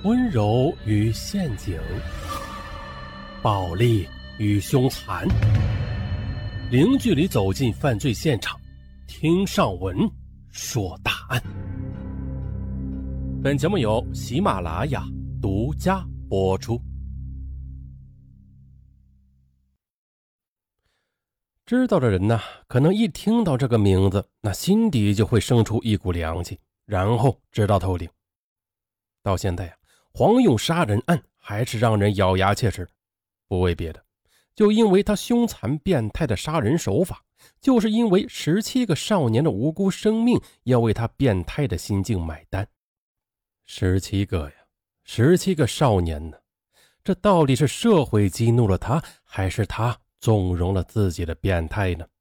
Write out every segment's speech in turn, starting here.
温柔与陷阱，暴力与凶残，零距离走进犯罪现场，听上文说大案。本节目由喜马拉雅独家播出。知道的人呢，可能一听到这个名字，那心底就会生出一股凉气，然后知道透顶。到现在黄勇杀人案还是让人咬牙切齿，不为别的，就因为他凶残变态的杀人手法，就是因为17个少年的无辜生命要为他变态的心境买单。17个呀，17个少年呢，这到底是社会激怒了他，还是他纵容了自己的变态呢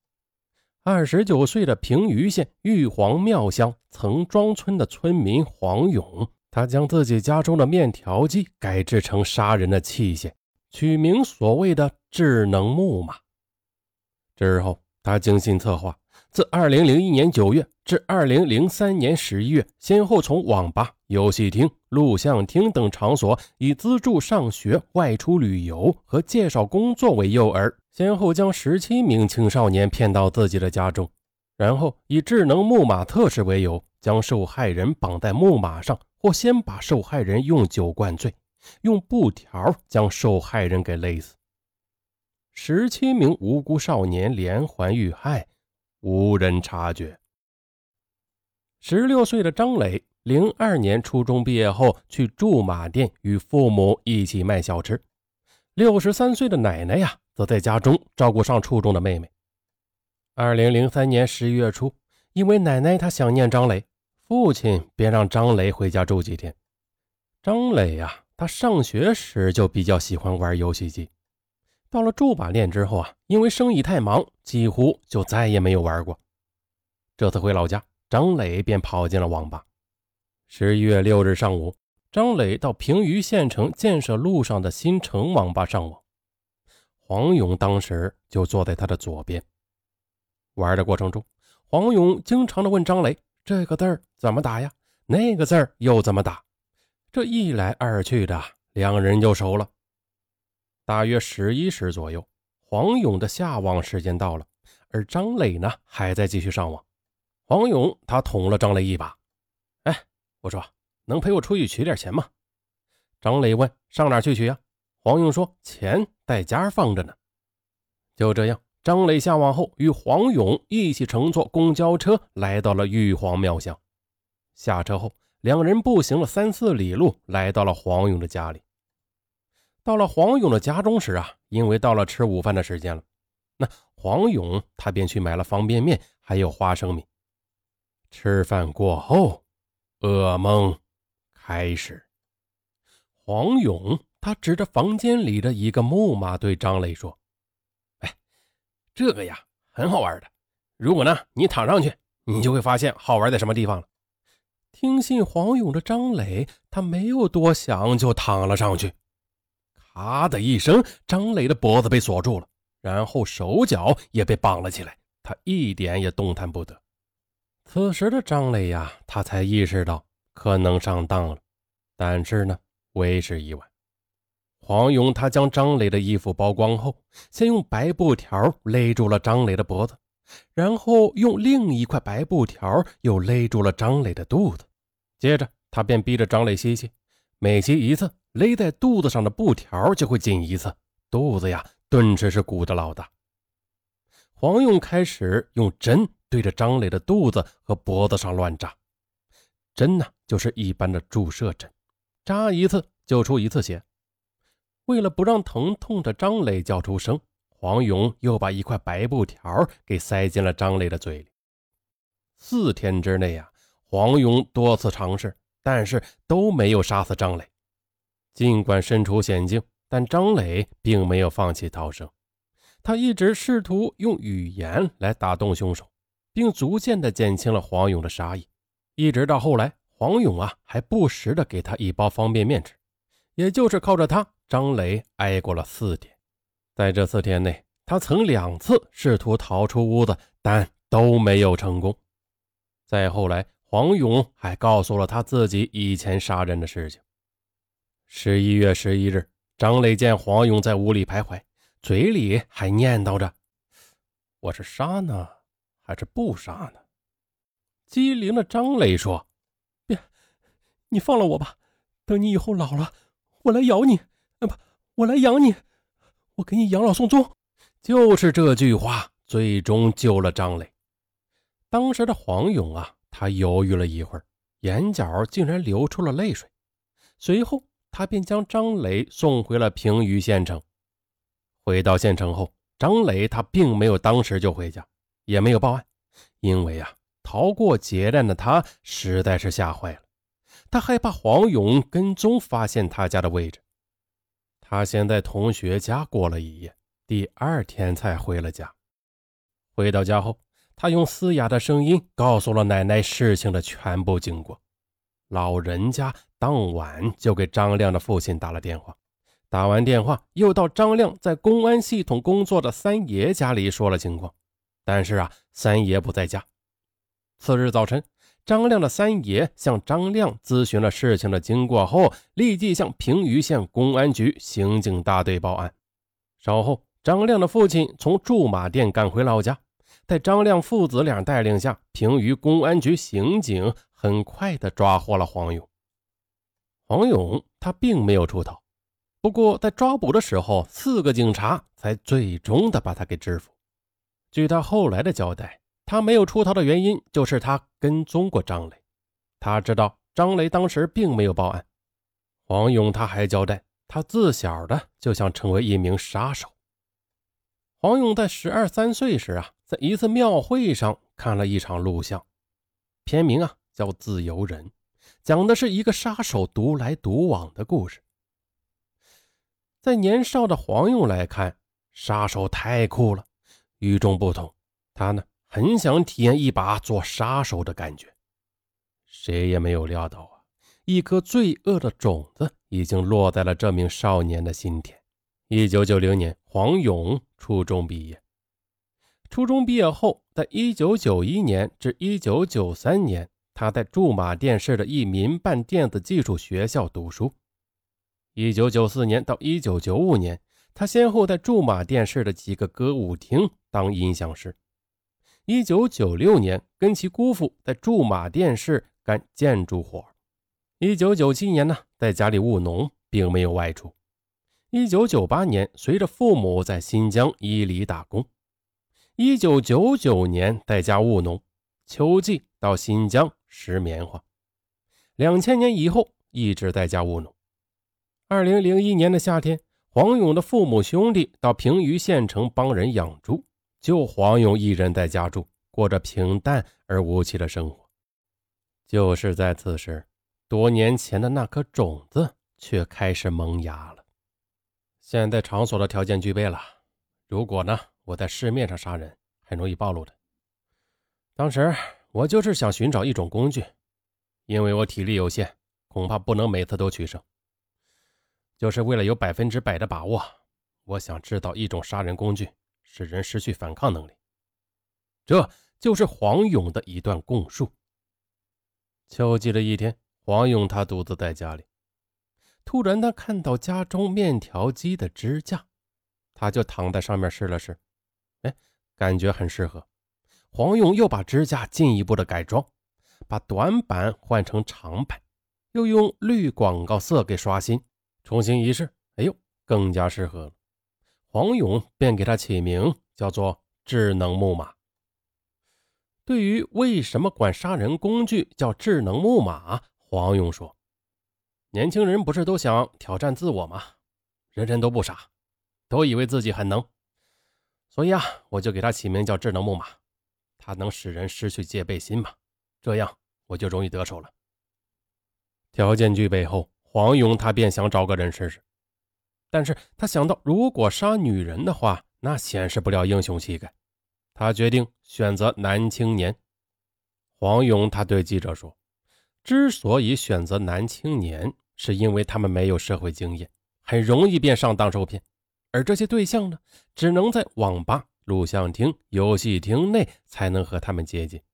？29岁的平舆县玉皇庙乡曾庄村的村民黄勇，他将自己家中的面条机改制成杀人的器械，取名所谓的智能木马。之后他精心策划，自2001年9月至2003年11月，先后从网吧、游戏厅、录像厅等场所以资助上学、外出旅游和介绍工作为诱饵，先后将17名青少年骗到自己的家中，然后以智能木马测试为由，将受害人绑在木马上，或先把受害人用酒灌醉，用布条将受害人给勒死。17名无辜少年连环遇害，无人察觉。16岁的张磊02年初中毕业后去驻马店与父母一起卖小吃。63岁的奶奶则在家中照顾上初中的妹妹。2003年11月初，因为奶奶她想念张磊，父亲便让张磊回家住几天。张磊他上学时就比较喜欢玩游戏机，到了驻马店之后因为生意太忙，几乎就再也没有玩过。这次回老家，张磊便跑进了网吧。11月6日上午，张磊到平舆县城建设路上的新城网吧上网。黄勇当时就坐在他的左边。玩的过程中，黄勇经常地问张磊，这个字儿怎么打呀？那个字儿又怎么打？这一来二去的，两人就熟了。大约11时左右，黄勇的下网时间到了，而张磊呢还在继续上网。黄勇他捅了张磊一把，我说能陪我出去取点钱吗？张磊问上哪去取呀？黄勇说钱在家放着呢。就这样，张磊下网后与黄勇一起乘坐公交车来到了玉皇庙乡。下车后，两人步行了3-4里路来到了黄勇的家里。到了黄勇的家中时因为到了吃午饭的时间了，那黄勇他便去买了方便面还有花生米。吃饭过后，噩梦开始。黄勇他指着房间里的一个木马对张磊说，这个很好玩的，如果你躺上去，你就会发现好玩在什么地方了。听信黄勇的张磊他没有多想就躺了上去。咔的一声，张磊的脖子被锁住了，然后手脚也被绑了起来，他一点也动弹不得。此时的张磊他才意识到可能上当了，但是呢为时已晚。黄勇他将张磊的衣服剥光后，先用白布条勒住了张磊的脖子，然后用另一块白布条又勒住了张磊的肚子，接着他便逼着张磊吸气，每吸一次，勒在肚子上的布条就会紧一次，肚子顿时是鼓得老大。黄勇开始用针对着张磊的肚子和脖子上乱扎，针就是一般的注射针，扎一次就出一次血。为了不让疼痛的张磊叫出声，黄勇又把一块白布条给塞进了张磊的嘴里。4天之内黄勇多次尝试，但是都没有杀死张磊。尽管身处险境，但张磊并没有放弃逃生，他一直试图用语言来打动凶手，并逐渐地减轻了黄勇的杀意。一直到后来，黄勇还不时地给他一包方便面吃，也就是靠着他，张磊挨过了4天。在这4天内，他曾2次试图逃出屋子，但都没有成功。再后来，黄勇还告诉了他自己以前杀人的事情， 11月11日，张磊见黄勇在屋里徘徊，嘴里还念叨着：“我是杀呢，还是不杀呢？”机灵的张磊说：“ 别，你放了我吧，等你以后老了，我来咬你，我来养你，我给你养老送终。” 就是这句话最终救了张磊。当时的黄勇啊，他犹豫了一会儿，眼角竟然流出了泪水。随后他便将张磊送回了平舆县城。回到县城后，张磊他并没有当时就回家，也没有报案，因为逃过劫难的他实在是吓坏了。他害怕黄勇跟踪发现他家的位置。他先在同学家过了一夜，第二天才回了家。回到家后，他用嘶哑的声音告诉了奶奶事情的全部经过。老人家当晚就给张亮的父亲打了电话，打完电话又到张亮在公安系统工作的三爷家里说了情况，但是三爷不在家。次日早晨，张亮的三爷向张亮咨询了事情的经过后，立即向平舆县公安局刑警大队报案。稍后，张亮的父亲从驻马店赶回老家，在张亮父子俩带领下，平舆公安局刑警很快地抓获了黄勇。黄勇他并没有出逃，不过在抓捕的时候，4个警察才最终的把他给制服。据他后来的交代，他没有出逃的原因就是他跟踪过张磊，他知道张磊当时并没有报案。黄勇他还交代，他自小的就想成为一名杀手。黄勇在12、13岁时在一次庙会上看了一场录像，片名叫《自由人》，讲的是一个杀手独来独往的故事。在年少的黄勇来看，杀手太酷了，与众不同，他很想体验一把做杀手的感觉。谁也没有料到一颗罪恶的种子已经落在了这名少年的心田。1990年，黄勇初中毕业。初中毕业后，在1991年至1993年，他在驻马店市的一民办电子技术学校读书。1994年到1995年，他先后在驻马店市的几个歌舞厅当音响师。1996年，跟其姑父在驻马店市干建筑活。1997年在家里务农，并没有外出。1998年，随着父母在新疆伊犁打工。1999年在家务农，秋季到新疆拾棉花。2000年以后一直在家务农。2001年的夏天，黄勇的父母兄弟到平舆县城帮人养猪，就黄勇一人在家住，过着平淡而无奇的生活。就是在此时，多年前的那颗种子却开始萌芽了。现在场所的条件具备了，如果我在市面上杀人，很容易暴露的。当时我就是想寻找一种工具，因为我体力有限，恐怕不能每次都取胜。就是为了有100%的把握，我想制造一种杀人工具，使人失去反抗能力。这就是黄勇的一段供述。秋季的一天，黄勇他独自在家里，突然他看到家中面条机的支架，他就躺在上面试了试，感觉很适合。黄勇又把支架进一步的改装，把短板换成长板，又用绿广告色给刷新，重新一试，更加适合了。黄勇便给他起名叫做智能木马。对于为什么管杀人工具叫智能木马，黄勇说，年轻人不是都想挑战自我吗？人人都不傻，都以为自己很能，所以我就给他起名叫智能木马，它能使人失去戒备心嘛，这样我就容易得手了。条件具备后，黄勇他便想找个人试试，但是他想到如果杀女人的话，那显示不了英雄气概，他决定选择男青年。黄勇他对记者说，之所以选择男青年，是因为他们没有社会经验，很容易便上当受骗，而这些对象只能在网吧、录像厅、游戏厅内才能和他们接近。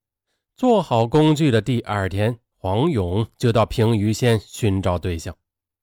做好工具的第二天，黄勇就到平舆县寻找对象。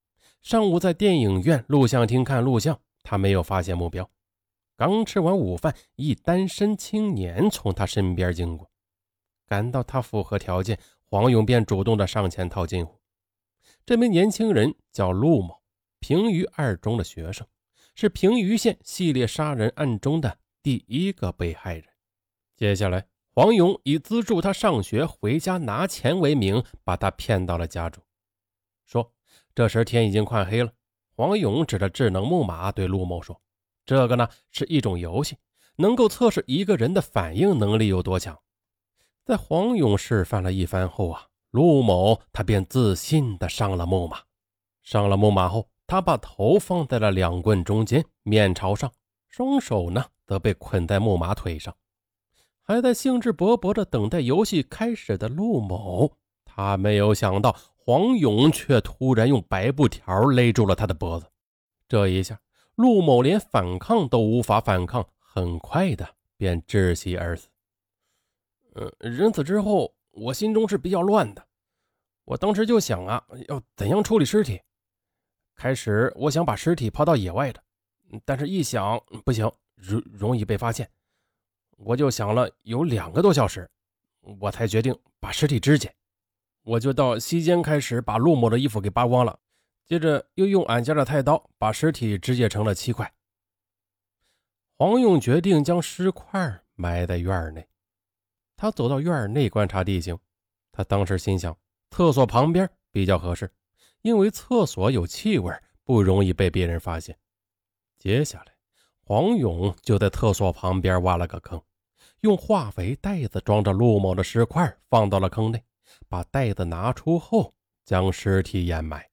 上午在电影院录像厅看录像，他没有发现目标。刚吃完午饭，一单身青年从他身边经过，感到他符合条件，黄勇便主动的上前套近乎。这名年轻人叫陆某，平舆二中的学生，是平舆县系列杀人案中的第一个被害人。接下来，黄勇以资助他上学回家拿钱为名，把他骗到了家中。说这时天已经快黑了，黄勇指着智能木马对陆某说，这个呢是一种游戏，能够测试一个人的反应能力有多强。在黄勇示范了一番后啊，陆某他便自信地上了木马。上了木马后，他把头放在了两棍中间，面朝上，双手呢则被捆在木马腿上。还在兴致勃勃地等待游戏开始的陆某，他没有想到黄勇却突然用白布条勒住了他的脖子。这一下，陆某连反抗都无法反抗，很快的便窒息而死。人死之后，我心中是比较乱的。我当时就想啊，要怎样处理尸体。开始我想把尸体抛到野外的，但是一想不行，容易被发现。我就想了有2个多小时，我才决定把尸体肢解。我就到席间开始把陆某的衣服给扒光了，接着又用俺家的菜刀把尸体肢解成了7块。黄勇决定将尸块埋在院内。他走到院内观察地形，他当时心想，厕所旁边比较合适，因为厕所有气味，不容易被别人发现。接下来，黄勇就在厕所旁边挖了个坑，用化肥袋子装着陆某的尸块放到了坑内，把袋子拿出后将尸体掩埋。